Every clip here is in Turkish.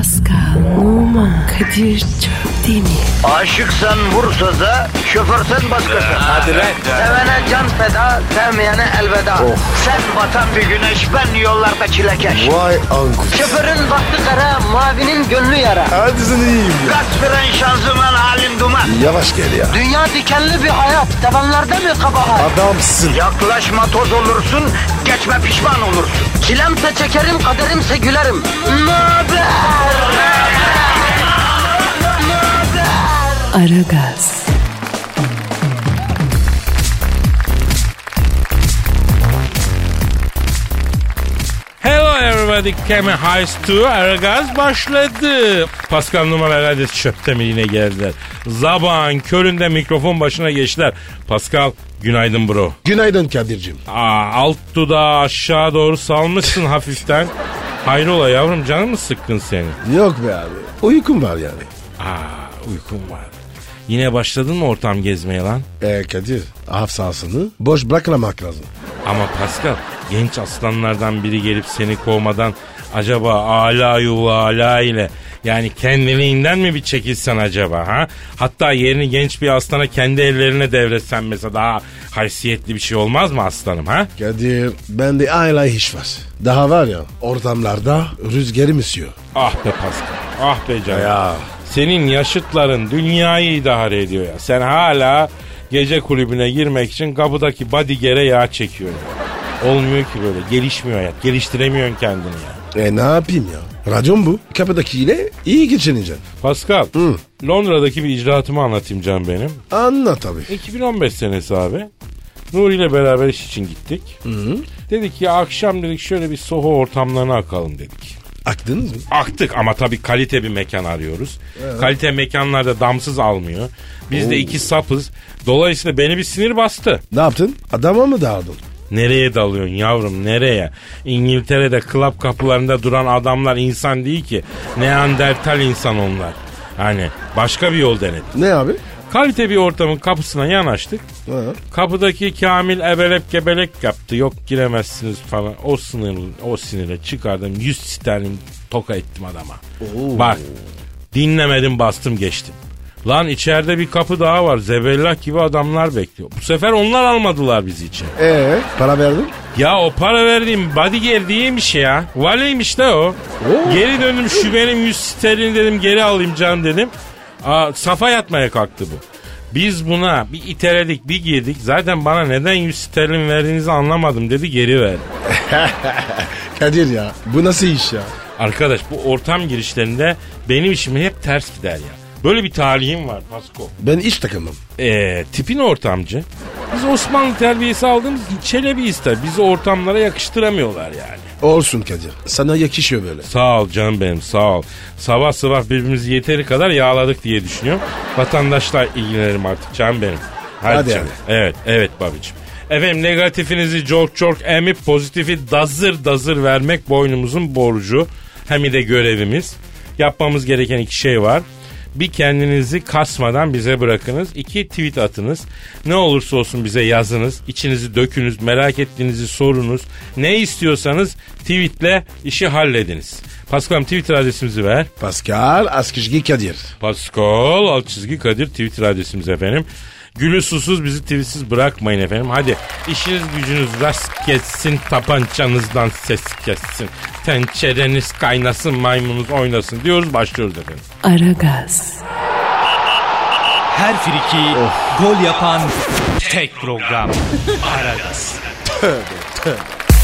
Pascal, Oman, Kadir çok değil mi? Aşıksan vursa da, şoförsen başkasın. Hadi lan. Sevene can feda, sevmeyene elveda. Sen batan bir güneş, ben yollarda çilekeş. Vay anku. Şoförün baktı kara, mavinin gönlü yara. Hadi sen iyiyim ya. Kasperen şanzıman halin duman. Yavaş gel ya. Dünya dikenli bir hayat, sevenlerde mi kabahar? Adamsın. Yaklaşma toz olursun, geçme pişman olursun. Çilemse çekerim, kaderimse gülerim. Möber! Aragaz. Hello everybody, Kemi Heist 2 Aragaz başladı. Pascal Numa ve Kadir Çöptemir yine geldiler. Sabahın köründe mikrofon başına geçtiler. Pascal günaydın bro. Günaydın Kadir'cim. Alt dudağı aşağı doğru salmışsın hafiften. Hayrola yavrum, canın mı sıkkın senin? Yok be abi. Uykum var yani. Uykum var. Yine başladın mı ortam gezmeye lan? Kadir, af sahasını boş bırakmamak lazım. Ama Pascal, genç aslanlardan biri gelip seni kovmadan acaba ala yuvala ile, yani kendiliğinden mi bir çekilsen acaba ha? Hatta yerini genç bir aslana kendi ellerine devretsen mesela daha haysiyetli bir şey olmaz mı aslanım ha? Kadir, bende hala iş var. Daha var ya, ortamlarda rüzgarım esiyor. Ah be Pascal, ah be canım. Ya. Senin yaşıtların dünyayı idare ediyor ya. Sen hala gece kulübüne girmek için kapıdaki bodyguard'e yağ çekiyorsun. Olmuyor ki böyle. Gelişmiyor hayat. Geliştiremiyorsun kendini ya. Ne yapayım ya? Racon bu. Kapıdakiyle iyi geçineceksin. Pascal, Londra'daki bir icraatımı anlatayım canım benim. Anlat abi. 2015 senesi abi. Nuri ile beraber iş için gittik. Dedik ya akşam dedik şöyle bir Soho ortamlarına akalım dedik. Aktınız mı? Aktık ama tabii kalite bir mekan arıyoruz. Evet. Kalite mekanlarda damsız almıyor. Biz de iki sapız. Dolayısıyla beni bir sinir bastı. Ne yaptın? Adama mı dağıldın? Nereye dalıyorsun yavrum, nereye? İngiltere'de club kapılarında duran adamlar insan değil ki. Neandertal insan onlar. Hani başka bir yol denedik. Ne abi? Kalite bir ortamın kapısına yanaştık. Kapıdaki Kamil ebelek gebelek yaptı. Yok giremezsiniz falan. O sinirle çıkardım. 100 sterlin toka ettim adama. Bak dinlemedim, bastım geçtim. Lan içeride bir kapı daha var. Zebellah gibi adamlar bekliyor. Bu sefer onlar almadılar bizi içeri. Para verdin? Ya o para verdiğim bodyguard değilmiş ya. Valiymiş de o. Geri döndüm, şu benim 100 sterlin dedim, geri alayım canım dedim. Safa yatmaya kalktı bu. Biz buna bir iteledik, bir girdik. Zaten bana neden 100 sterlin verdiğinizi anlamadım dedi, geri verdi. Kadir ya, bu nasıl iş ya? Arkadaş, bu ortam girişlerinde benim işim hep ters gider ya. Böyle bir talihim var Pasko. Ben iş takılmam. Tipin ortamcı. Biz Osmanlı terbiyesi aldığımız Çelebi'yiz tabi. Bizi ortamlara yakıştıramıyorlar yani. Olsun Kadir. Sana yakışıyor böyle. Sağ ol canım benim, sağ ol. Sabah sabah birbirimizi yeteri kadar yağladık diye düşünüyorum. Vatandaşlar ilgilenelim artık canım benim. Hadi canım. Evet babacığım. Efendim, negatifinizi çok emip pozitifi dazır vermek boynumuzun borcu. Hem de görevimiz. Yapmamız gereken iki şey var. Bir, kendinizi kasmadan bize bırakınız. 2, tweet atınız. Ne olursa olsun bize yazınız. İçinizi dökünüz. Merak ettiğinizi sorunuz. Ne istiyorsanız tweetle işi hallediniz. Pascal, Twitter adresimizi ver. Pascal _ Kadir. Pascal _ Twitter adresimiz efendim. Gülü susuz bizi tweetsiz bırakmayın efendim. Hadi işiniz gücünüz rast geçsin, tapancanızdan ses kessin. Tencereniz kaynasın, maymunuz oynasın diyoruz, başlıyoruz efendim. Aragaz. Her friki gol yapan tek program. Aragaz. Tövbe.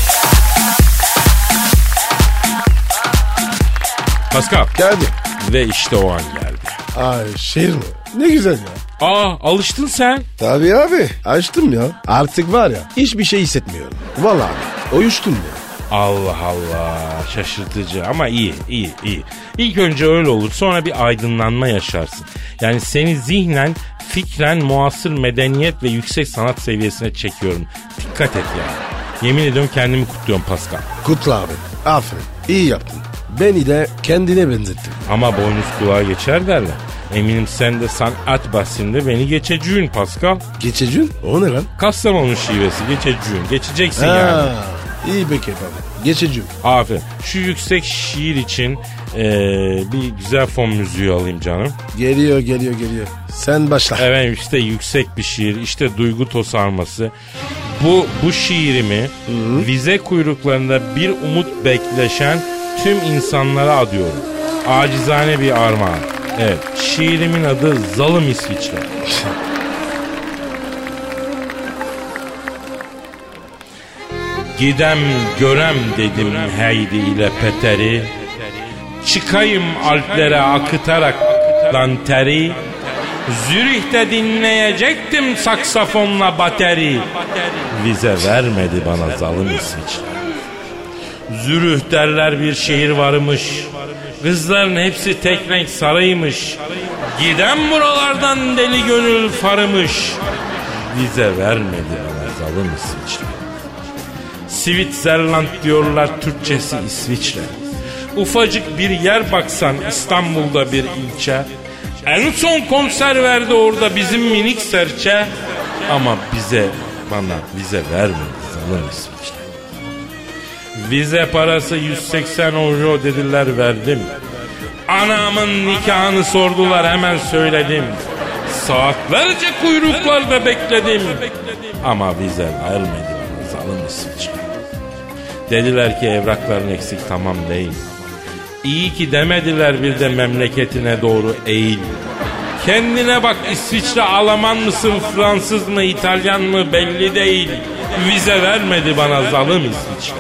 Pascal. Geldi. Ve işte o an geldi. Ay şiir mi? Ne güzel ya. Alıştın sen. Tabii abi. Açtım ya. Artık var ya hiçbir şey hissetmiyorum. Vallahi abi. Uyuştum ya. Allah Allah, şaşırtıcı ama iyi. İlk önce öyle olur, sonra bir aydınlanma yaşarsın. Yani seni zihnen, fikren muasır medeniyet ve yüksek sanat seviyesine çekiyorum. Dikkat et yani. Yemin ediyorum kendimi kutluyorum Pascal. Kutla abi. Aferin. İyi yaptın. Beni de kendine benzettin. Ama boynuz kulağa geçer derler. Eminim sen de sanat bahsinde beni geçeceğin Pascal. Geçeceğin? O ne lan? Kastamonu şivesi, geçeceğin. Geçeceksin yani. İyi peki abi. Geçeceğim. Aferin. Şu yüksek şiir için bir güzel fon müziği alayım canım. Geliyor. Sen başla. Evet işte yüksek bir şiir, işte duygu tosarması. Bu şiirimi vize kuyruklarında bir umut bekleşen tüm insanlara adıyorum. Acizane bir armağan. Evet, şiirimin adı Zalım İsviçre. Gidem görem dedim Heidi ile Peter'i. Çıkayım Alplere akıtarak lanteri. Zürih'te dinleyecektim saksafonla bateri. Vize vermedi bana zalım İsviçre. Zürih derler bir şehir varmış. Kızların hepsi tek renk sarıymış. Giden buralardan deli gönül farımış. Vize vermedi bana zalım İsviçre. Switzerland diyorlar, Türkçesi İsviçre. Ufacık bir yer baksan İstanbul'da bir ilçe. En son konser verdi orada bizim minik serçe. Ama bana vize vermedi zalım İsviçre. Vize parası 180 euro dediler, verdim. Anamın nikahını sordular, hemen söyledim. Saatlerce kuyruklarda bekledim. Ama vize vermedi bana zalım İsviçre. Dediler ki evrakların eksik, tamam değil. İyi ki demediler bir de memleketine doğru eğil. Kendine bak İsviçre, Alman mısın, Fransız mı, İtalyan mı belli değil. Vize vermedi bana zalım İsviçre.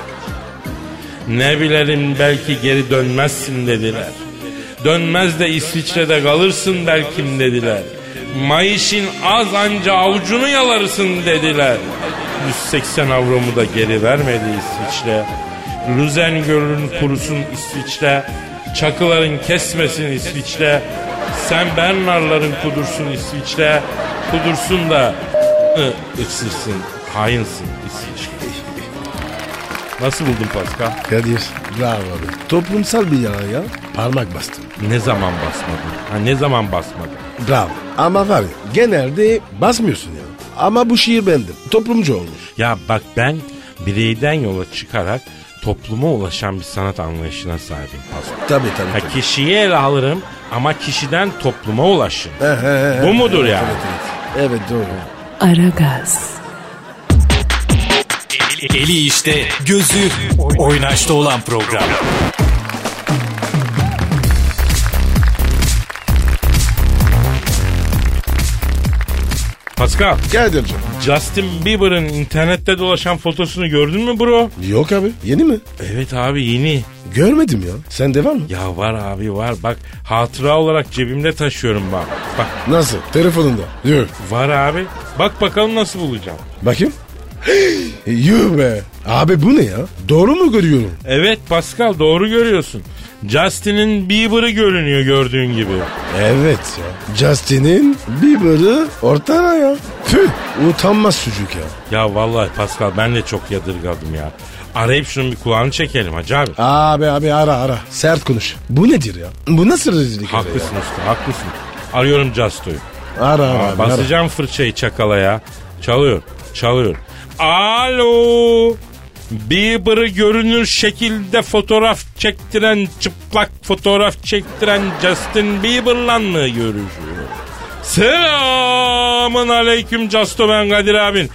Ne bilelim belki geri dönmezsin dediler. Dönmez de İsviçre'de kalırsın belkim dediler. Maaşın az anca avucunu yalarsın dediler. 180 avromu da geri vermedi İsviçre. Lüzen Gölü'nün kurusun İsviçre. Çakıların kesmesin İsviçre. Sen Bernarların kudursun İsviçre. Kudursun da ıksırsın. Hainsin İsviçre. Nasıl buldun Pascal? Kadir, bravo abi. Toplumsal bir yana ya. Parmak bastım. Ne zaman basmadın? Ne zaman basmadın? Bravo. Ama var ya, genelde basmıyorsun ya. Ama bu şiir bendim. Toplumcu olmuş. Ya bak, ben bireyden yola çıkarak topluma ulaşan bir sanat anlayışına sahibim Pascal. Tabii. Kişiyi ele alırım ama kişiden topluma ulaşırım. Bu mudur yani? Evet doğru. Aragaz. Eli işte, gözü oynaşta olan program. Pascal, Kadir'cim. Justin Bieber'ın internette dolaşan fotosunu gördün mü bro? Yok abi, yeni mi? Evet abi, yeni. Görmedim ya. Sende var mı? Ya var abi, var. Bak, hatıra olarak cebimde taşıyorum bak. Bak. Nasıl? Telefonunda. Yok. Var abi. Bak bakalım nasıl bulacağım. Bakayım. Yuh be. Abi bu ne ya? Doğru mu görüyorum? Evet Pascal, doğru görüyorsun. Justin'in Bieber'ı görünüyor gördüğün gibi. Evet ya. Justin'in Bieber'ı ortaya ya. Tüh. Utanmaz çocuk ya. Ya vallahi Pascal, ben de çok yadırgadım ya. Arayıp şunun bir kulağını çekelim hacı abi. Abi ara. Sert konuş. Bu nedir ya? Bu nasıl rezillik? Haklısın usta, haklısın. Arıyorum Justo'yu. Ara. Basacağım fırçayı çakala ya. Çalıyor. Alo. Bieber'ı görünür şekilde fotoğraf çektiren, çıplak fotoğraf çektiren Justin Bieber'la mı görüşüyor? Selamın aleyküm Justo, ben Kadir abin.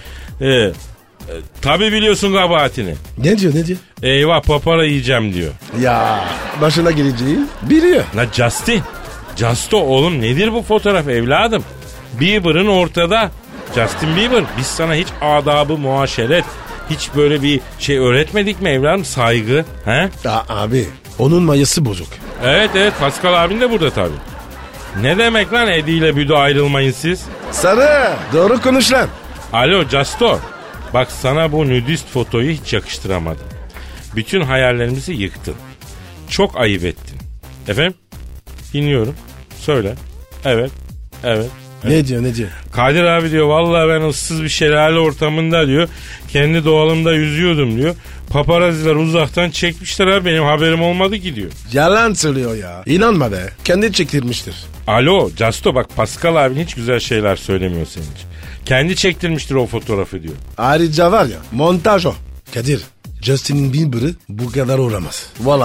Tabi biliyorsun kabahatini. Ne diyor? Eyvah, papara yiyeceğim diyor. Ya başına geleceği biliyor. La Justo oğlum, nedir bu fotoğraf evladım? Bieber'ın ortada. Justin Bieber, biz sana hiç adabı muaşeret, hiç böyle bir şey öğretmedik mi evladım? Saygı. He? Ya abi, onun mayası bozuk. Evet, Pascal abin de burada tabii. Ne demek lan Eddie ile Büdü ayrılmayın siz? Sarı, doğru konuş lan. Alo Justo, bak sana bu nudist fotoyu hiç yakıştıramadım. Bütün hayallerimizi yıktın. Çok ayıp ettin. Efendim? Dinliyorum. Söyle. Evet. Ne diyor? Kadir abi diyor, vallahi ben ıssız bir şelale ortamında diyor, kendi doğalımda yüzüyordum diyor. Paparaziler uzaktan çekmişler abi, benim haberim olmadı ki diyor. Yalan söylüyor ya. İnanma be. Kendi çektirmiştir. Alo Justo, bak Pascal abin hiç güzel şeyler söylemiyor senin için. Kendi çektirmiştir o fotoğrafı diyor. Ayrıca var ya, montaj o. Kadir, Justin'in Bieber'ı bu kadar uğramaz. Vallahi abi.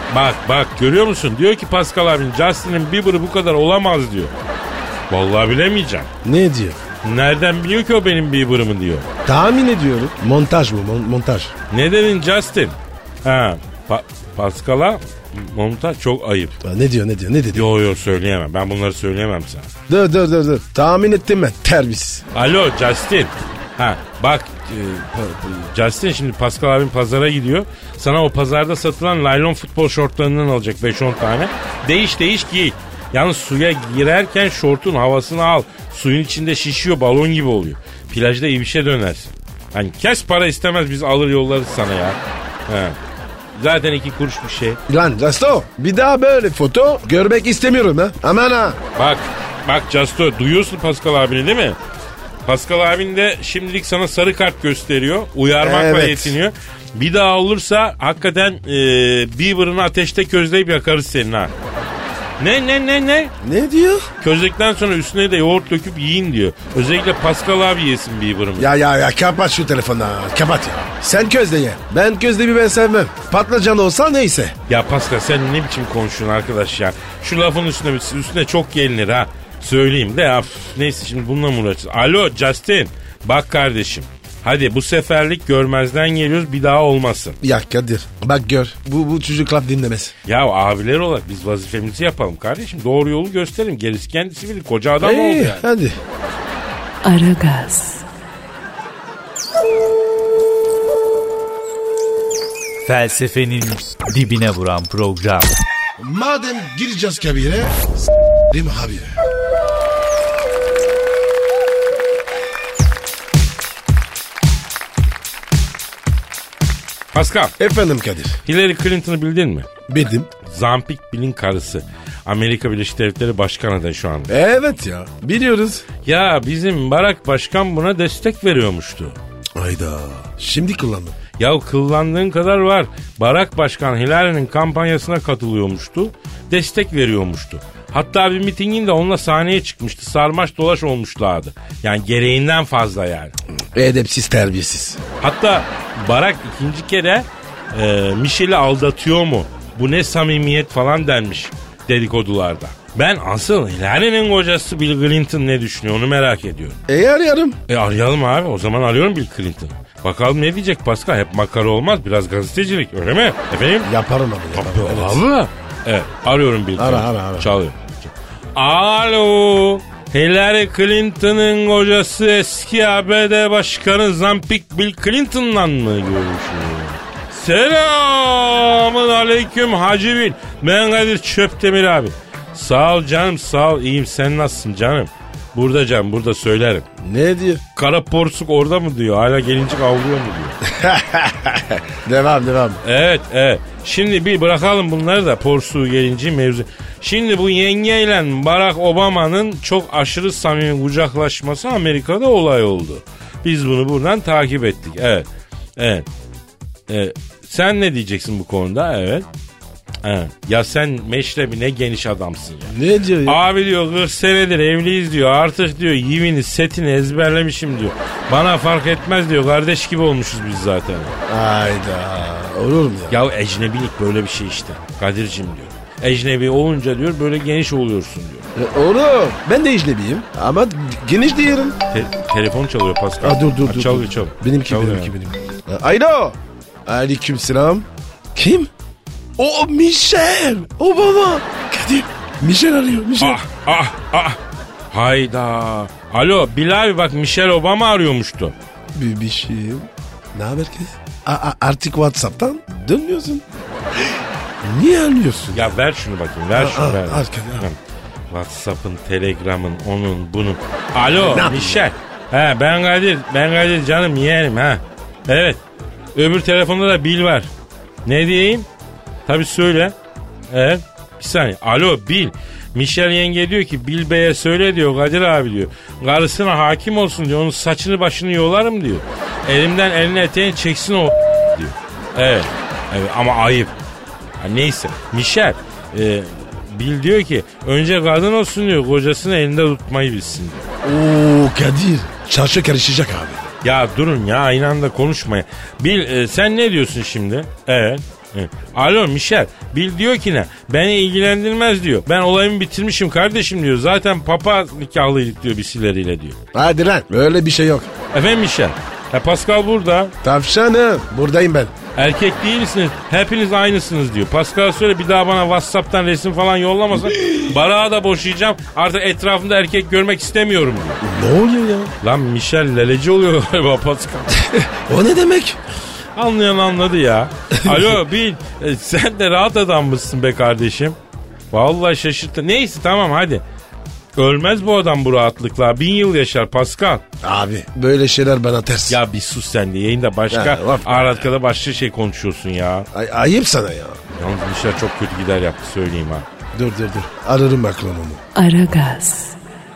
Bak görüyor musun? Diyor ki Pascal abin Justin'in Bieber'ı bu kadar olamaz diyor. Vallahi bilemeyeceğim. Ne diyor? Nereden biliyor ki o benim Bieber'ımı diyor. Tahmin ediyorum. Montaj bu montaj. Ne dedin Justin? Ha Pascal'a montaj çok ayıp. Ne diyor ne dedi? Yo söyleyemem. Ben bunları söyleyemem sana. Dur. Tahmin ettim ben. Terbiyesiz. Alo Justin. Ha bak Justin şimdi Pascal abim pazara gidiyor. Sana o pazarda satılan naylon futbol şortlarından alacak 5-10 tane. Değiş giy. Yalnız suya girerken şortun havasını al. Suyun içinde şişiyor, balon gibi oluyor. Plajda iyi bir şey dönersin. Hani kes para istemez, biz alır yollarız sana ya. He. Zaten 2 kuruş bir şey. Lan Justo bir daha böyle foto görmek istemiyorum ha. Aman ha. Bak Justo duyuyorsun Pascal abini değil mi? Pascal abin de şimdilik sana sarı kart gösteriyor. Uyarmakla yetiniyor. Bir daha olursa hakikaten Bieber'ını ateşte közleyip yakarız senin ha. Ne? Ne diyor? Közledikten sonra üstüne de yoğurt döküp yiyin diyor. Özellikle Pascal abi yesin Bieber'ımı. Ya kapat şu telefonu. Kapat ya. Sen közde ye. Ben közde ben sevmem. Patlıcan olsa neyse. Ya Pascal sen ne biçim konuşuyorsun arkadaş ya. Şu lafın üstüne çok gelinir ha. Söyleyeyim de neyse şimdi bununla mı uğraşacağız? Alo Justin. Bak kardeşim. Hadi bu seferlik görmezden geliyoruz, bir daha olmasın. Ya Kadir bak gör bu çocuk laf dinlemez. Ya abiler olarak biz vazifemizi yapalım kardeşim. Doğru yolu gösterelim. Gerisi kendisi bilir. Koca adam oldu yani. Hadi. Aragaz. Felsefenin dibine vuran program. Madem gireceğiz kabire s***rim abi. Pascal. Efendim Kadir. Hillary Clinton'ı bildin mi? Bildim. Zampik Bill'in karısı. Amerika Birleşik Devletleri Başkan adayı şu anda. Evet ya biliyoruz. Ya bizim Barack Başkan buna destek veriyormuştu. Ayda. Şimdi kullandım. Ya kıllandığın kadar var. Barack Başkan Hillary'nin kampanyasına katılıyormuştu. Destek veriyormuştu. Hatta bir mitinginde onunla sahneye çıkmıştı. Sarmaş dolaş olmuşlardı. Yani gereğinden fazla yani. Edepsiz terbiyesiz. Hatta Barack ikinci kere Michelle'i aldatıyor mu? Bu ne samimiyet falan denmiş dedikodularda. Ben asıl Hillary'nin kocası Bill Clinton ne düşünüyor onu merak ediyorum. Arayalım. Arayalım abi, o zaman arıyorum Bill Clinton'ı. Bakalım ne diyecek Pascal, hep makara olmaz, biraz gazetecilik öyle mi efendim? Yaparım abi. Evet. Abi. Evet, arıyorum Bill Clinton. Ara. Çalıyor. Alo. Hillary Clinton'ın kocası eski ABD Başkanı Zampik Bill Clinton'la mı görüşüyor? Selamun aleyküm Hacı Bill. Ben Kadir Çöptemir abi. Sağ ol canım, sağ ol. İyiyim, sen nasılsın canım? Burada canım, burada söylerim. Ne diyor? Kara porsuk orada mı diyor? Hala gelincik avlıyor mu diyor? Devam. Evet. Şimdi bir bırakalım bunları da, porsuğu gelinci mevzu. Şimdi bu yengeyle Barack Obama'nın çok aşırı samimi kucaklaşması Amerika'da olay oldu. Biz bunu buradan takip ettik. Evet. Sen ne diyeceksin bu konuda? Evet. Ya sen meşrebi ne geniş adamsın ya. Ne diyor ya? Abi diyor 40 senedir evliyiz diyor. Artık diyor yivini setini ezberlemişim diyor. Bana fark etmez diyor. Kardeş gibi olmuşuz biz zaten. Hayda. Olur mu ya? Ya ecnebilik böyle bir şey işte. Kadir'cim diyor. Ecnebi olunca diyor böyle geniş oluyorsun diyor. Oğlum ben de ecnebiyim ama geniş değilim. Telefon çalıyor Pascal. Dur. Çalıyor. Benimki. Alo. Aleykümselam. Kim? O Michelle. Obama. Kadir. Michelle arıyor. Michelle. Hayda. Alo Bilal, bak Michelle Obama arıyormuştu. Bir şey. Ne haber kız? Artık WhatsApp'tan dönmüyorsun. Niye arıyorsun? Ya ver şunu bakayım. Ver. Arkada. WhatsApp'ın, Telegram'ın, onun bunun. Alo Michelle. Ben Kadir canım, yeğenim ha. Evet. Öbür telefonda da Bill var. Ne diyeyim? Tabii söyle. Evet. Bir saniye. Alo Bill. Michelle yenge diyor ki Bill Bey'e söyle diyor, Kadir abi diyor. Karısına hakim olsun diyor. Onun saçını başını yolarım diyor. Elimden elini eteğini çeksin o diyor. Evet ama ayıp. Neyse. Michelle Bill diyor ki önce kadın olsun diyor. Kocasını elinde tutmayı bilsin diyor. Oo Kadir. Çarşı karışacak abi. Ya durun ya, aynı anda konuşmayın. Bill sen ne diyorsun şimdi? Evet. Alo Michel, Bill diyor ki ne? Beni ilgilendirmez diyor. Ben olayımı bitirmişim kardeşim diyor. Zaten papa nikahlıydık diyor bisileriyle diyor. Hadi lan öyle bir şey yok. Efendim Michel? Pascal burada. Tavşanım buradayım ben. Erkek değilsiniz. Hepiniz aynısınız diyor. Pascal söyle bir daha bana WhatsApp'tan resim falan yollamasın. Barağı da boşayacağım. Artık etrafımda erkek görmek istemiyorum diyor. Ne oluyor ya? Lan Michel leleci oluyor galiba Pascal. O ne demek? Anlayan anladı ya. Alo Bill, sen de rahat adammışsın be kardeşim. Vallahi şaşırttı. Neyse tamam hadi. Ölmez bu adam bu rahatlıkla. 1000 yıl yaşar Pascal. Abi böyle şeyler bana ters. Ya bir sus sen de. Yayında başka, arkada başka şey konuşuyorsun ya. Ayıp sana ya. Yalnız Mişar çok kötü gider yaptı söyleyeyim ha. Dur. Ararım Macron'u. Aragaz.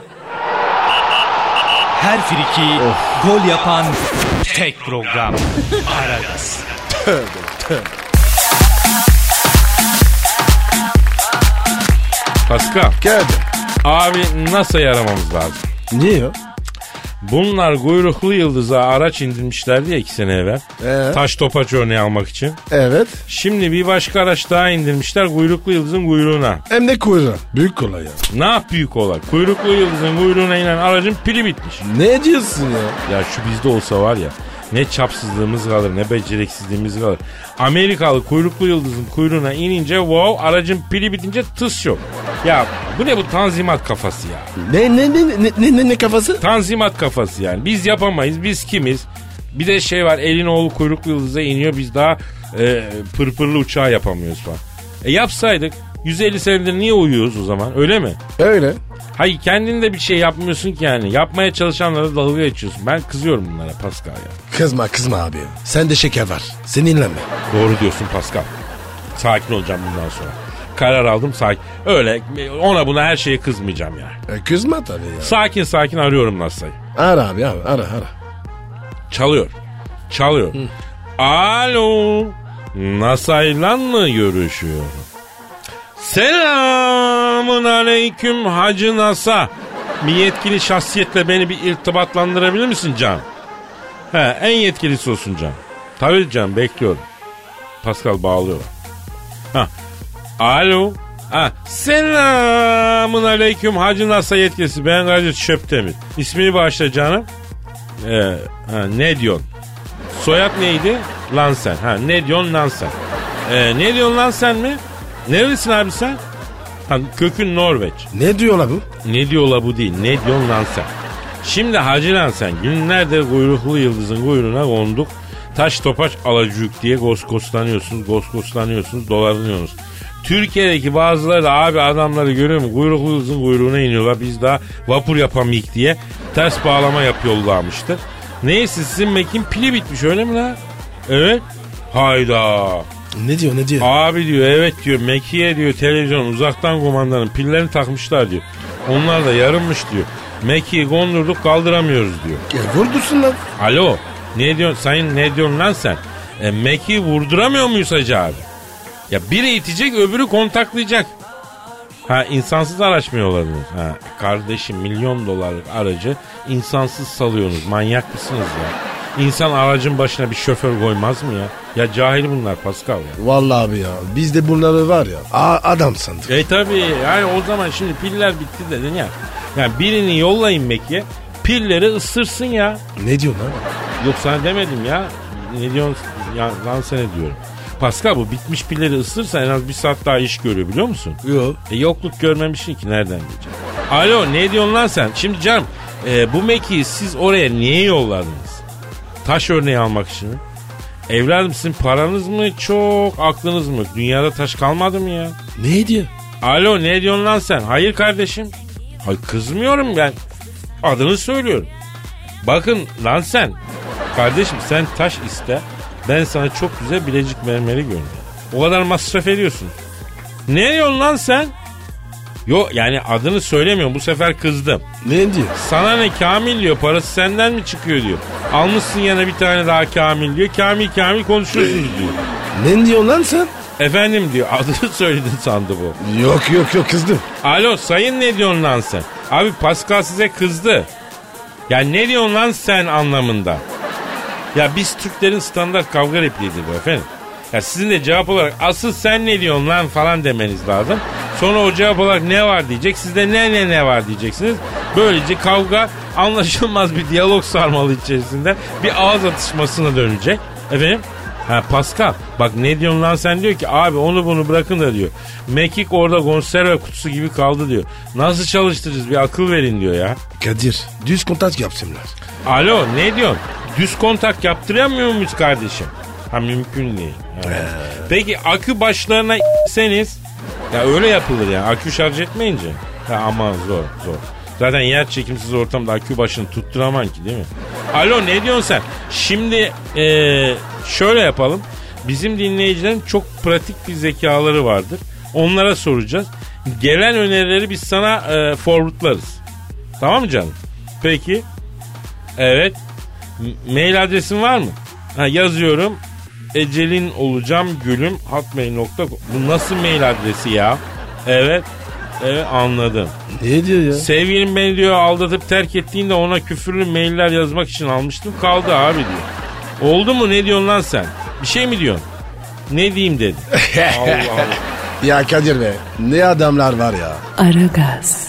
Her friki gol yapan tek program. Aragaz. Pascal. Gel. Abi NASA'yı aramamız lazım. Niye ya? Bunlar kuyruklu yıldıza araç indirmişlerdi ya 2 sene evvel. Taş topaç örneği almak için. Evet. Şimdi bir başka araç daha indirmişler kuyruklu yıldızın kuyruğuna. Hem de kuyruğu. Büyük kolay ya. Ne yap büyük olay? Kuyruklu yıldızın kuyruğuna inen aracın pili bitmiş. Ne diyorsun ya? Ya şu bizde olsa var ya ne çapsızlığımız kalır ne beceriksizliğimiz kalır. Amerikalı kuyruklu yıldızın kuyruğuna inince wow aracın pili bitince tıs yok. Ya bu ne bu tanzimat kafası ya? Ne kafası? Tanzimat kafası yani. Biz yapamayız. Biz kimiz? Bir de şey var elin oğlu kuyruklu yıldıza iniyor. Biz daha pırpırlı uçağı yapamıyoruz falan. Yapsaydık 150 senedir niye uyuyoruz o zaman öyle mi? Öyle. Hayır kendin de bir şey yapmıyorsun ki yani. Yapmaya çalışanlara dalga geçiyorsun. Ben kızıyorum bunlara Pascal ya. Kızma abi. Sende şeker var. Seninle mi? Doğru diyorsun Pascal. Sakin olacağım bundan sonra. Karar aldım sakin. Öyle ona buna her şeye kızmayacağım ya. Kızma tabii ya. Sakin arıyorum NASA'yı. Ara abi ara. Çalıyor. Alo. NASA'yla mı görüşüyor? Selamun aleyküm Hacı NASA. Bir yetkili şahsiyetle beni bir irtibatlandırabilir misin Can? En yetkilisi olsun Can. Tabii Can bekliyorum. Pascal bağlıyor. Alo. Selamun aleyküm Hacı NASA yetkilisi. Ben Kadir Çöptemir. İsmini bağışla canım. Ne diyorsun? Soyad neydi? Lansen. Ne diyorsun Lansen? Ne diyorsun Lansen mi? Nerelisin abi sen? Kökün Norveç. Ne diyorlar bu? Ne diyorlar bu değil. Ne diyorsun Lansen? Şimdi Hacı Lansen günlerdir kuyruklu yıldızın kuyruğuna konduk. Taş topaç alacık diye gosgoslanıyorsunuz, dolanıyorsunuz. Türkiye'deki bazıları da abi adamları görüyor mu? Kuyruklu yıldızın kuyruğuna iniyorlar. Biz daha vapur yapamayık diye ters bağlama yapıyorlarmıştır. Neyse sizin mekin pili bitmiş öyle mi lan? Evet. Hayda. Ne diyor? Abi diyor evet diyor Meki'ye diyor televizyon uzaktan kumandanın pillerini takmışlar diyor. Onlar da yarınmış diyor. Meki'yi kondurduk kaldıramıyoruz diyor. Vurdursun lan. Alo ne diyorsun sayın ne diyorsun lan sen? Meki'yi vurduramıyor muyuz Hacı abi? Ya biri itecek öbürü kontaklayacak. İnsansız araç mı yolladınız? Kardeşim $1.000.000 aracı insansız salıyorsunuz. Manyak mısınız ya? İnsan aracın başına bir şoför koymaz mı ya? Ya cahil bunlar Pascal ya. Vallahi abi ya biz de bunları var ya adam sandık. Tabii yani o zaman şimdi piller bitti dedin ya. Yani birini yollayın Meki'ye pilleri ısırsın ya. Ne diyorsun lan? Yok sana demedim ya. Ne diyorsun ya lan sana diyorum. Pascal bu bitmiş pilleri ısırsa en az 1 saat daha iş görüyor biliyor musun? Yok. Yokluk görmemişsin ki nereden diyeceksin? Alo ne diyorsun lan sen? Şimdi canım bu Meki'yi siz oraya niye yolladınız? Taş örneği almak için mi? Evladım sizin paranız mı çok aklınız mı? Dünyada taş kalmadı mı ya? Ne diyor? Alo ne diyorsun lan sen? Hayır kardeşim. Hayır kızmıyorum ben. Adını söylüyorum. Bakın lan sen. Kardeşim sen taş iste. Ben sana çok güzel bilecik mermeri göndereyim. O kadar masraf ediyorsun. Ne diyorsun lan sen? Yok yani adını söylemiyorum bu sefer kızdım. Ne diyor? Sana ne Kamil diyor parası senden mi çıkıyor diyor. Almışsın yana bir tane daha Kamil diyor. Kamil konuşuyorsunuz diyor. Ne diyorsun lan sen? Efendim diyor adını söyledin sandı bu. Yok kızdım. Alo sayın ne diyorsun lan sen? Abi Pascal size kızdı. Ya ne diyorsun lan sen anlamında. Ya biz Türklerin standart kavga repliğidir bu efendim. Ya sizin de cevap olarak asıl sen ne diyorsun lan falan demeniz lazım. Sonra o cevap olarak ne var diyecek. Siz de ne var diyeceksiniz. Böylece kavga anlaşılmaz bir diyalog sarmalı içerisinde bir ağız atışmasına dönecek. Efendim? Ha Pascal bak ne diyorsun lan sen diyor ki abi onu bunu bırakın da diyor. Mekik orada konserve kutusu gibi kaldı diyor. Nasıl çalıştıracağız bir akıl verin diyor ya. Kadir düz kontak yapsınlar. Alo ne diyorsun? Düz kontak yaptıramıyor muyuz kardeşim? Ha mümkün değil. Evet. Peki akü başlarına seniz ya öyle yapılır ya akü şarj etmeyince. Ha ama zor. Zaten yer çekimsiz ortamda akü başını tutturaman ki değil mi? Alo ne diyorsun sen? Şimdi şöyle yapalım. Bizim dinleyicilerin çok pratik bir zekaları vardır. Onlara soracağız. Gelen önerileri biz sana forwardlarız. Tamam mı canım? Peki. Evet. Mail adresin var mı? Ha, yazıyorum. Ecelin olacağım gülüm hotmail.com. Bu nasıl mail adresi ya? Evet anladım. Ne diyor ya? Sevgilim beni diyor aldatıp terk ettiğinde ona küfürlü mailler yazmak için almıştım. Kaldı abi diyor. Oldu mu ne diyorsun lan sen? Bir şey mi diyorsun? Ne diyeyim dedi. Allah Allah. Ya Kadir be ne adamlar var ya. Aragaz.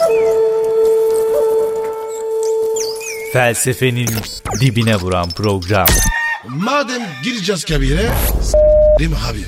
Felsefenin dibine vuran program. Madem gireceğiz kabire değil mi abi?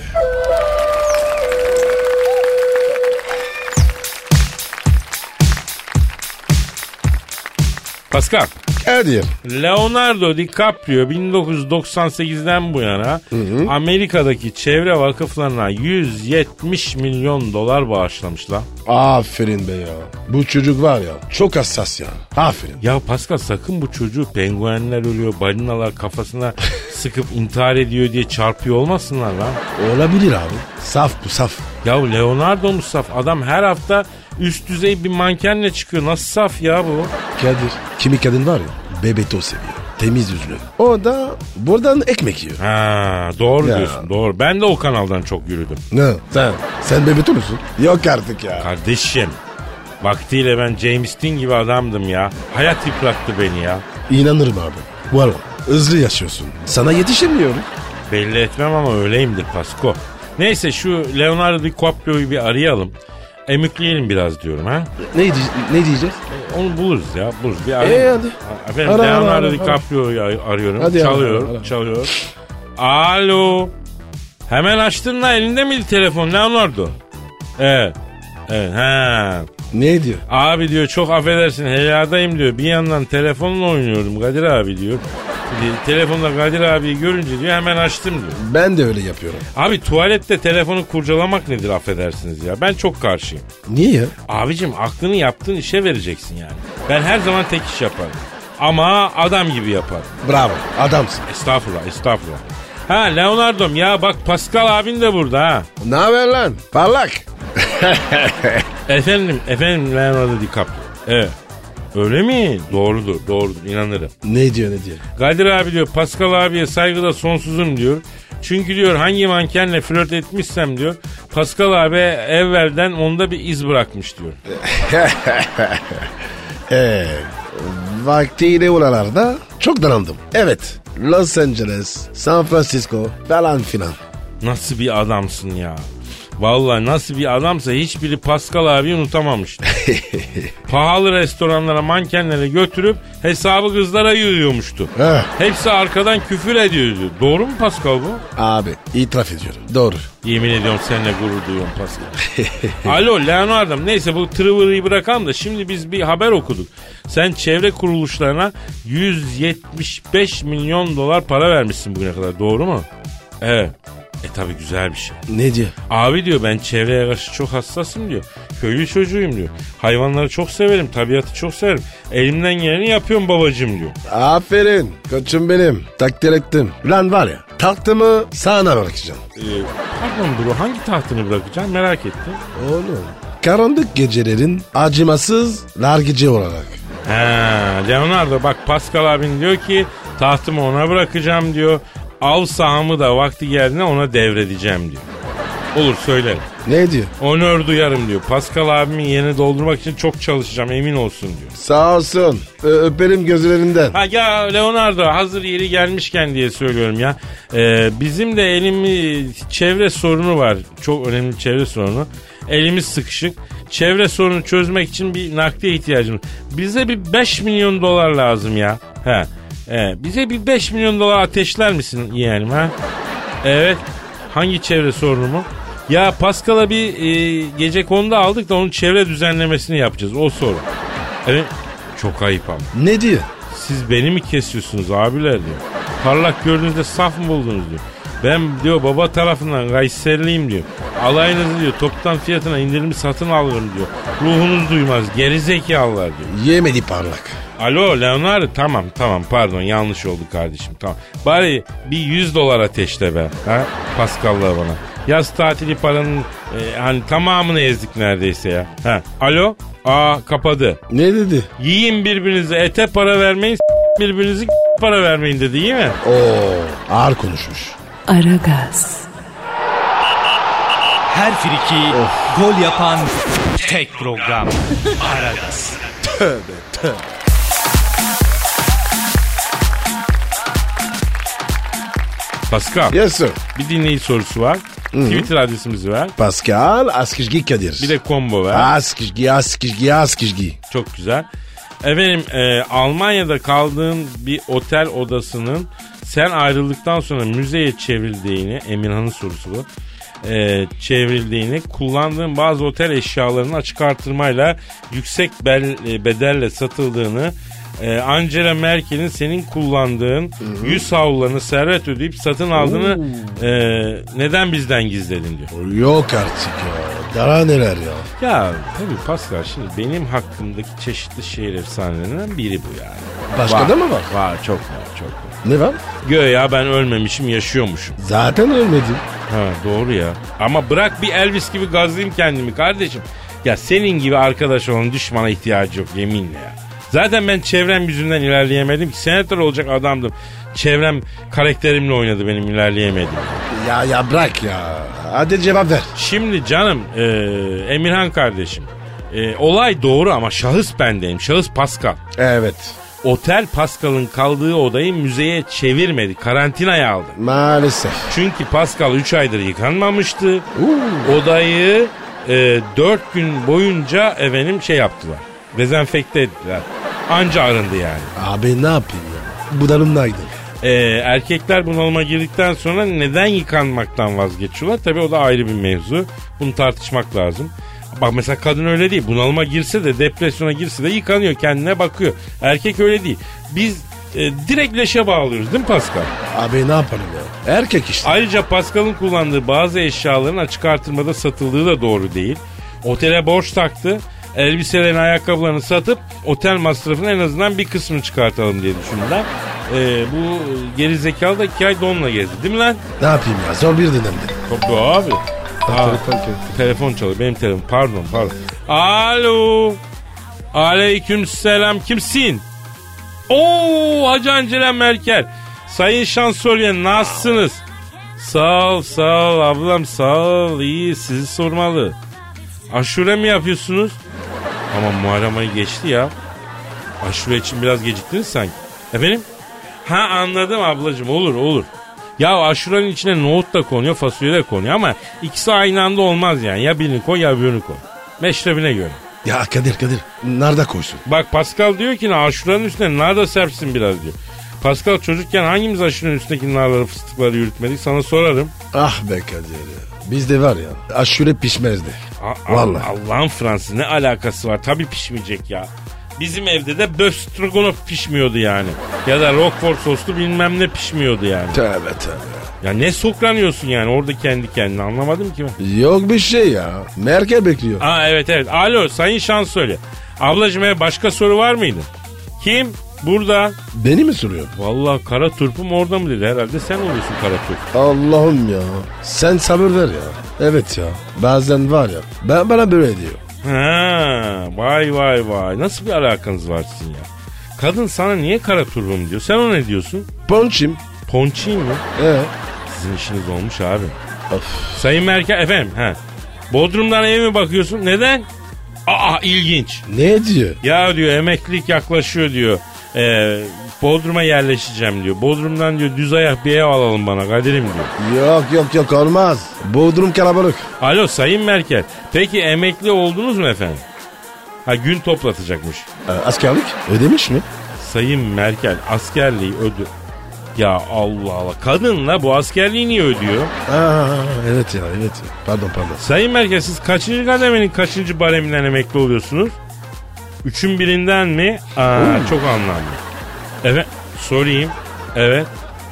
Pascal. Kadir. Leonardo DiCaprio 1998'den bu yana Amerika'daki çevre vakıflarına 170 milyon dolar bağışlamışlar. Aferin be ya. Bu çocuk var ya çok hassas ya. Aferin. Ya Pascal sakın bu çocuğu penguenler ölüyor, balinalar kafasına sıkıp intihar ediyor diye çarpıyor olmasınlar lan. Olabilir abi. Saf bu saf. Ya Leonardo mu saf? Adam her hafta üst düzey bir mankenle çıkıyor. Nasıl saf ya bu? Kadir kimi kadın var ya Bebeto seviyor. Temiz yüzlü. O da buradan ekmek yiyor. Ha, doğru Ya. diyorsun doğru. Ben de o kanaldan çok yürüdüm. Ne? Sen Bebeto musun? Yok artık ya. Kardeşim vaktiyle ben James Dean gibi adamdım ya. Hayat yıprattı beni ya. İnanırım abi. Valla hızlı yaşıyorsun. Sana yetişemiyorum. Belli etmem ama öyleyimdir Pasko. Neyse şu Leonardo DiCaprio'yu bir arayalım. Emükleyelim biraz diyorum ha. Ne diyeceğiz? Onu buluruz ya. Buluruz. Bir arayalım. Hadi. Efendim Ara, Leonardo ara. DiCaprio'yu arıyorum. Hadi çalıyor. ara. Çalıyor. Alo. Hemen açtın da elinde miydi telefon Leonardo? Evet. Ha. Ne diyor? Abi diyor çok affedersin helyadayım diyor. Bir yandan telefonla oynuyorum Kadir abi diyor. Telefonda Kadir abiyi görünce diyor hemen açtım diyor. Ben de öyle yapıyorum. Abi tuvalette telefonu kurcalamak nedir affedersiniz ya. Ben çok karşıyım. Niye ya? Abicim aklını yaptığın işe vereceksin yani. Ben her zaman tek iş yaparım. Ama adam gibi yaparım. Bravo adamsın. Estağfurullah. Ha Leonardo'm ya bak Pascal abin de burada ha. Ne haber lan? Parlak. Efendim Leonardo DiCaprio. Evet. Öyle mi? Doğrudur inanırım. Ne diyor? Kadir abi diyor Pascal abiye saygıda sonsuzum diyor. Çünkü diyor hangi mankenle flört etmişsem diyor Pascal abi evvelden onda bir iz bırakmış diyor. Vaktiyle oralarda çok dalandım. Evet. Los Angeles, San Francisco falan filan. Nasıl bir adamsın ya. Vallahi nasıl bir adamsa hiçbiri Pascal abiyi unutamamış. Pahalı restoranlara mankenlere götürüp hesabı kızlara yığıyormuştu. Hepsi arkadan küfür ediyordu. Doğru mu Pascal bu? Abi itiraf ediyorum. Doğru. Yemin ediyorum seninle gurur duyuyorum Pascal. Alo Leonardo'm neyse bu tırıvırıyı bırakalım da şimdi biz bir haber okuduk. Sen çevre kuruluşlarına 175 milyon dolar para vermişsin bugüne kadar doğru mu? Evet. Tabi güzel bir şey. Ne diyor? Abi diyor ben çevreye karşı çok hassasım diyor. Köylü çocuğuyum diyor. Hayvanları çok severim, tabiatı çok severim. Elimden geleni yapıyorum babacığım diyor. Aferin koçum benim. Takdir ettim. Lan var ya tahtımı sana bırakacağım. Pardon bro hangi tahtını bırakacaksın merak ettim. Oğlum. Karanlık gecelerin acımasız nargıcı olarak. Leonardo bak Pascal abin diyor ki tahtımı ona bırakacağım diyor. Av sahamı da vakti geldiğinde ona devredeceğim diyor. Olur söylerim. Ne diyor? Onör duyarım diyor. Pascal abimin yerini doldurmak için çok çalışacağım, emin olsun diyor. Sağ olsun. Öperim gözlerinden. Ha ya Leonardo, hazır yeri gelmişken diye söylüyorum ya. Bizim de çevre sorunu var. Çok önemli çevre sorunu. Elimiz sıkışık. Çevre sorunu çözmek için bir nakde ihtiyacımız. Bize bir 5 milyon dolar lazım ya. Bize bir 5 milyon dolar ateşler misin yeğenim ha? Evet. Hangi çevre sorunu mu? Ya Pascal'a bir gece konuda aldık da onun çevre düzenlemesini yapacağız. O sorun. Evet. Çok ayıp ama. Ne diyor? Siz beni mi kesiyorsunuz abiler diyor. Parlak gördüğünüzde saf mı buldunuz diyor. Ben diyor baba tarafından Kayserliyim diyor. Alayınızı diyor toptan fiyatına indirimli satın alırım diyor. Ruhunuz duymaz, gerizekalılar diyor. Yemedi parlak. Alo Leonardo, tamam pardon, yanlış oldu kardeşim, tamam. Bari bir 100 dolar ateşle be ha? Pascal'la bana. Yaz tatili paranın hani tamamını ezdik neredeyse ya. Alo, kapadı. Ne dedi? Yiyin birbirinize, ete para vermeyin, birbirinizi para vermeyin dedi, iyi mi? Oo, ağır konuşmuş. Aragaz. Her friki gol yapan tek program. Aragaz. Tövbe. Pascal, Yes sir. bir dinleyici sorusu var. Twitter adresimizi ver. Pascal Askışgi Kadir. Bir de combo ver. Askışgi. Çok güzel. Efendim Almanya'da kaldığın bir otel odasının sen ayrıldıktan sonra müzeye çevrildiğini, Emirhan'ın sorusu bu. Çevrildiğini, kullandığın bazı otel eşyalarının açık artırmayla yüksek bedelle satıldığını, Angela Merkel'in senin kullandığın yüz havlularını servet ödeyip satın aldığını neden bizden gizledin diyor. Yok artık ya. Daha neler ya. Ya tabii Pascal, şimdi benim hakkımdaki çeşitli şehir efsanelerinden biri bu yani. Başka da mı var? Var, çok var. Ne var? Göya ben ölmemişim, yaşıyormuşum. Zaten ölmedim. Ha doğru ya. Ama bırak bir Elvis gibi gazlayayım kendimi kardeşim. Ya senin gibi arkadaş olan düşmana ihtiyacı yok yeminle ya. Zaten ben çevrem yüzünden ilerleyemedim ki. Senatör olacak adamdım. Çevrem karakterimle oynadı, benim ilerleyemedim. Ya bırak ya. Hadi cevap ver. Şimdi canım Emirhan kardeşim. Olay doğru ama şahıs bendeyim. Şahıs Pascal. Evet. Otel Pascal'ın kaldığı odayı müzeye çevirmedi. Karantinaya aldı. Maalesef. Çünkü Pascal 3 aydır yıkanmamıştı. Odayı 4 gün boyunca yaptılar. Dezenfekte ettiler. Anca arındı yani. Abi ne yapayım ya? Bunalımdaydım. Erkekler bunalıma girdikten sonra neden yıkanmaktan vazgeçiyorlar? Tabii o da ayrı bir mevzu. Bunu tartışmak lazım. Bak mesela kadın öyle değil. Bunalıma girse de, depresyona girse de yıkanıyor, kendine bakıyor. Erkek öyle değil. Biz direkt leşe bağlıyoruz değil mi Pascal? Abi ne yapalım ya? Erkek işte. Ayrıca Pascal'ın kullandığı bazı eşyaların açık artırmada satıldığı da doğru değil. Otele borç taktı. Elbiselerin, ayakkabılarını satıp otel masrafının en azından bir kısmını çıkartalım diye düşündüler. Bu gerizekalı da 2 ay donla gezdi değil mi lan? Ne yapayım ya? Zor bir dönemde. Tabii abi. Telefon çalıyor. Benim telefon. Pardon. Alo. Aleyküm selam. Kimsin? Hacı Angela Merkel. Sayın Şansölye, nasılsınız? Sağ ol ablam, sağ ol. İyi, sizi sormalı. Aşure mi yapıyorsunuz? Ama Muharrem ayı geçti ya. Aşure için biraz geciktiniz sanki. Efendim? Anladım ablacığım, olur. Ya aşuranın içine nohut da konuyor, fasulye de konuyor ama ikisi aynı anda olmaz yani. Ya birini koy ya öbürünü koy. Meşrebine göre. Ya Kadir. Nerede koysun? Bak Pascal diyor ki aşuranın üstüne nar da serpsin biraz diyor. Pascal, çocukken hangimiz aşuranın üstündeki narları, fıstıkları yürütmedik, sana sorarım. Ah be Kadir. Bizde var ya, aşure pişmezdi. Vallahi. Allah'ın Fransız, ne alakası var? Tabii pişmeyecek ya. Bizim evde de böf stroganoff pişmiyordu yani. Ya da roquefort soslu bilmem ne pişmiyordu yani. Tövbe. Ya ne sokranıyorsun yani orada kendi kendine, anlamadım ki ben. Yok bir şey ya. Merkel bekliyor. Evet. Alo Sayın Şansölye. Ablacığım başka soru var mıydı? Kim? Burada. Beni mi soruyor? Vallahi kara turpum orada mı dedi, herhalde sen oluyorsun kara turp. Allah'ım ya. Sen sabır ver ya. Evet ya. Bazen var ya. Bana böyle diyor. Vay. Nasıl bir alakanız var sizin ya? Kadın sana niye kara turbum diyor? Sen ona ne diyorsun? Ponçim. Ponçim mi? Sizin işiniz olmuş abi. Of. Sayın Merkel efendim. Bodrum'dan ev mi bakıyorsun? Neden? Aa ilginç. Ne diyor? Ya diyor emeklilik yaklaşıyor diyor. Bodrum'a yerleşeceğim diyor. Bodrum'dan diyor düz ayak bir ev alalım bana Kadir'im diyor. Yok olmaz. Bodrum kalabalık. Alo Sayın Merkel. Peki emekli oldunuz mu efendim? Ha gün toplatacakmış. Askerlik ödemiş mi? Sayın Merkel askerliği Ya Allah Allah. Kadınla bu askerliği niye ödüyor? Evet ya. Pardon. Sayın Merkel siz kaçıncı kademenin kaçıncı bareminden emekli oluyorsunuz? 3'ün birinden mi? Çok anlamlı. Evet sorayım. Evet.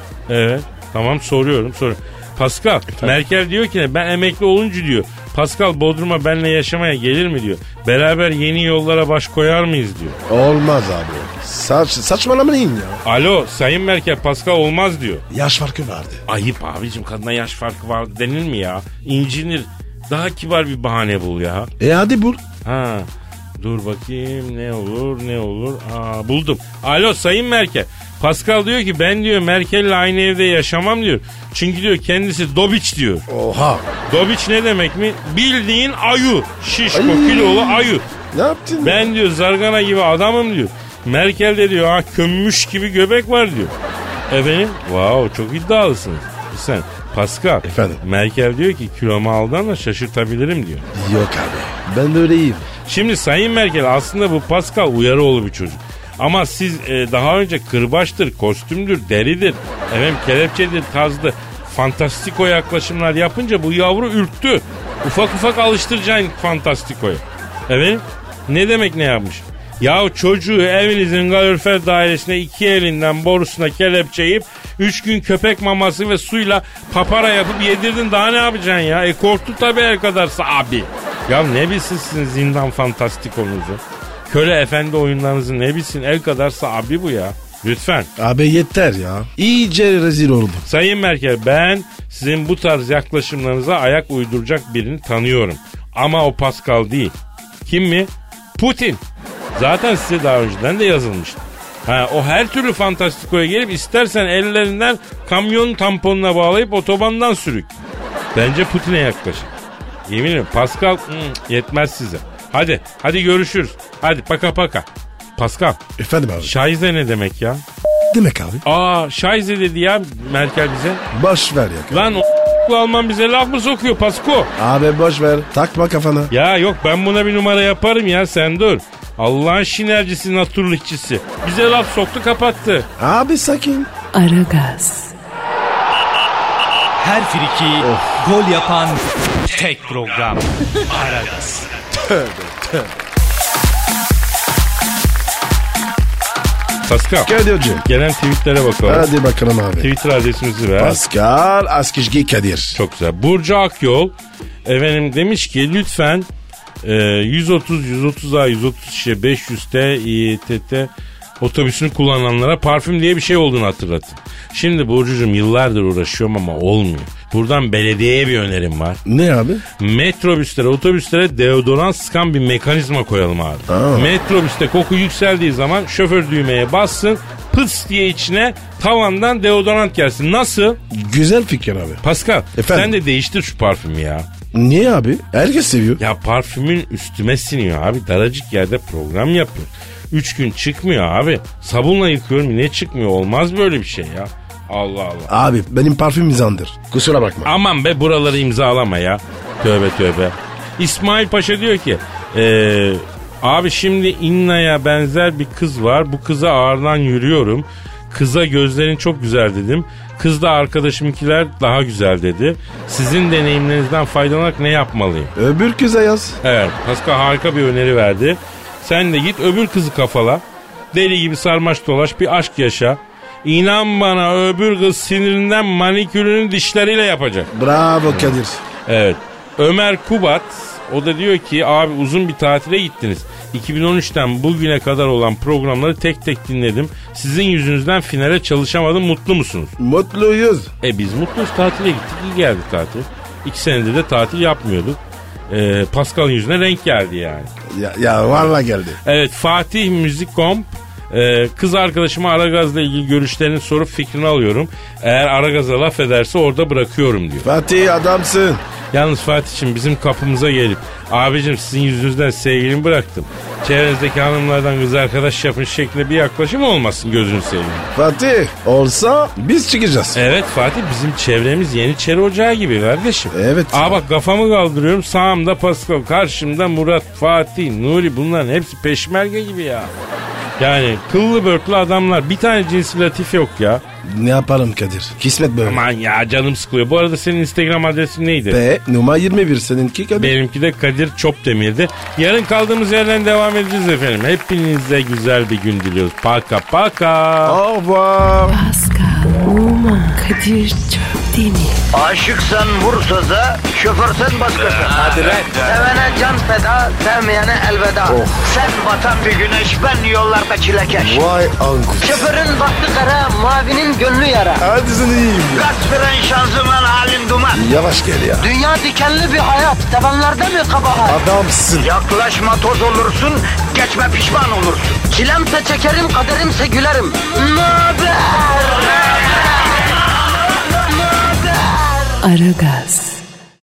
Tamam soruyorum. Pascal Merkel diyor ki ben emekli olunca diyor. Pascal Bodrum'a benimle yaşamaya gelir mi diyor. Beraber yeni yollara baş koyar mıyız diyor. Olmaz abi. Saçmalamayın ya. Alo Sayın Merkel Pascal olmaz diyor. Yaş farkı vardı. Ayıp abicim kadına yaş farkı var denir mi ya? İncinir. Daha kibar bir bahane bul ya. Hadi bul. Dur bakayım ne olur. Buldum. Alo Sayın Merkel. Pascal diyor ki ben diyor Merkel'le aynı evde yaşamam diyor. Çünkü diyor kendisi Dobiç diyor. Oha. Dobiç ne demek mi? Bildiğin ayu. Şişko kilolu ayu. Ne yaptın? Ben diyor zargana gibi adamım diyor. Merkel'de diyor kömmüş gibi göbek var diyor. Efendim? Wow çok iddialısınız. Sen Pascal. Efendim? Merkel diyor ki kilomu aldan da şaşırtabilirim diyor. Yok abi. Ben de öyleyim. Şimdi Sayın Merkel aslında bu Pascal Uyaroğlu bir çocuk. Ama siz daha önce kırbaçtır, kostümdür, deridir, kelepçedir, tazdı, fantastiko yaklaşımlar yapınca bu yavru ürktü. Ufak alıştıracaksın fantastikoyu. Ne demek ne yapmış? Yahu çocuğu evinizin kalorifer dairesine 2 elinden borusuna kelepçeyip 3 gün köpek maması ve suyla papara yapıp yedirdin daha ne yapacaksın ya? Korktu tabii el kadarsa abi. Ya ne bilsin sizin zindan fantastikonuzu? Köle efendi oyunlarınızı ne bilsin el kadarsa abi bu ya. Lütfen. Abi yeter ya. İyice rezil oldum. Sayın Merkel ben sizin bu tarz yaklaşımlarınıza ayak uyduracak birini tanıyorum. Ama o Pascal değil. Kim mi? Putin. Zaten size daha önceden de yazılmıştı. O her türlü fantastikoya gelip istersen ellerinden kamyon tamponuna bağlayıp otobandan sürük. Bence Putin'e yaklaşın. Yemin ederim Pascal yetmez size. Hadi görüşürüz. Hadi paka. Pascal. Efendim abi. Şaize ne demek ya? Demek abi. Şaize dedi ya Merkel bize. Boş ver ya. Lan o Alman bize laf mı sokuyor Pasko? Abi boş ver. Takma kafana. Ya yok ben buna bir numara yaparım ya sen dur. Allah'ın şinercisi naturlikçisi. Bize laf soktu kapattı. Abi sakin. Aragaz. Her friki gol yapan tek program. Aragaz. Tövbe. Pascal. Kadir hocam. Gelen tweetlere bakalım. Hadi bakalım abi. Twitter adresimizi ver. Pascal Askizgi Kadir. Çok güzel. Burcu Akyol demiş ki lütfen 130, 130A, 130 500T, İETT otobüsünü kullananlara parfüm diye bir şey olduğunu hatırlatın. Şimdi Burcucuğum yıllardır uğraşıyorum ama olmuyor. Buradan belediyeye bir önerim var. Ne abi? Metrobüslere, otobüslere deodorant sıkan bir mekanizma koyalım abi. Metrobüste koku yükseldiği zaman şoför düğmeye bassın, pıs diye içine tavandan deodorant gelsin. Nasıl? Güzel fikir abi. Pascal efendim? Sen de değiştir şu parfümü ya. Niye abi? Herkes seviyor. Ya parfümün üstüme siniyor abi. Daracık yerde program yapıyor. 3 gün çıkmıyor abi. Sabunla yıkıyorum yine çıkmıyor. Olmaz böyle bir şey ya. Allah Allah. Abi benim parfüm imzandır. Kusura bakma. Aman be buraları imzalama ya. Tövbe. İsmail Paşa diyor ki abi şimdi İnna'ya benzer bir kız var. Bu kıza ağırdan yürüyorum. Kıza gözlerin çok güzel dedim. Kız da arkadaşımkiler daha güzel dedi. Sizin deneyimlerinizden faydalanarak ne yapmalıyım? Öbür kıza yaz. Evet Pascal harika bir öneri verdi. Sen de git öbür kızı kafala. Deli gibi sarmaş dolaş bir aşk yaşa. İnan bana öbür kız sinirinden manikürünü dişleriyle yapacak. Bravo Kadir. Evet. Ömer Kubat o da diyor ki abi uzun bir tatile gittiniz. 2013'ten bugüne kadar olan programları tek tek dinledim. Sizin yüzünüzden finale çalışamadım. Mutlu musunuz? Mutluyuz. Biz mutluyuz. Tatile gittik. İyi geldi tatil. 2 senedir de tatil yapmıyorduk. Pascal'ın yüzüne renk geldi yani. Ya vallahi geldi. Evet Fatih Müzik.com kız arkadaşıma Aragaz'la ilgili görüşlerini sorup fikrini alıyorum. Eğer Aragaz'a laf ederse orada bırakıyorum diyor. Fatih adamsın. Yalnız Fatih'im bizim kapımıza gelip abicim sizin yüzünüzden sevgilimi bıraktım, çevrenizdeki hanımlardan kız arkadaş yapın şeklinde bir yaklaşım olmasın, gözünü seveyim. Fatih olsa biz çıkacağız. Evet Fatih, bizim çevremiz Yeniçeri Ocağı gibi kardeşim. Evet. Bak kafamı kaldırıyorum, sağımda Pascal, karşımda Murat, Fatih, Nuri, bunların hepsi peşmerge gibi ya. Yani kıllı börtlü adamlar, bir tane cinsi latif yok ya. Ne yapalım Kadir? Kismet böyle. Aman ya, canım sıkılıyor. Bu arada senin Instagram adresin neydi? Numara 21 seninki Kadir. Benimki de Kadir Çopdemir'di. Yarın kaldığımız yerden devam edeceğiz efendim. Hepinize güzel bir gün diliyoruz. Paka paka. Au revoir. Pascal, Oman, Kadir çok değil mi? Aşıksan vursa da, şoförsen başkasın. Hadi lan. Sevene can feda, sevmeyene elveda. Sen batan bir güneş, ben yollarda çilekeş. Vay anku. Şoförün baktı kara, mavinin gönlü yara. Hadi sen iyiyim ya. Kasperen şanzıman halin duman. Yavaş gel ya. Dünya dikenli bir hayat, sevenlerde mi kabahar? Adamsın. Yaklaşma toz olursun, geçme pişman olursun. Çilemse çekerim, kaderimse gülerim. Möber! Aragaz.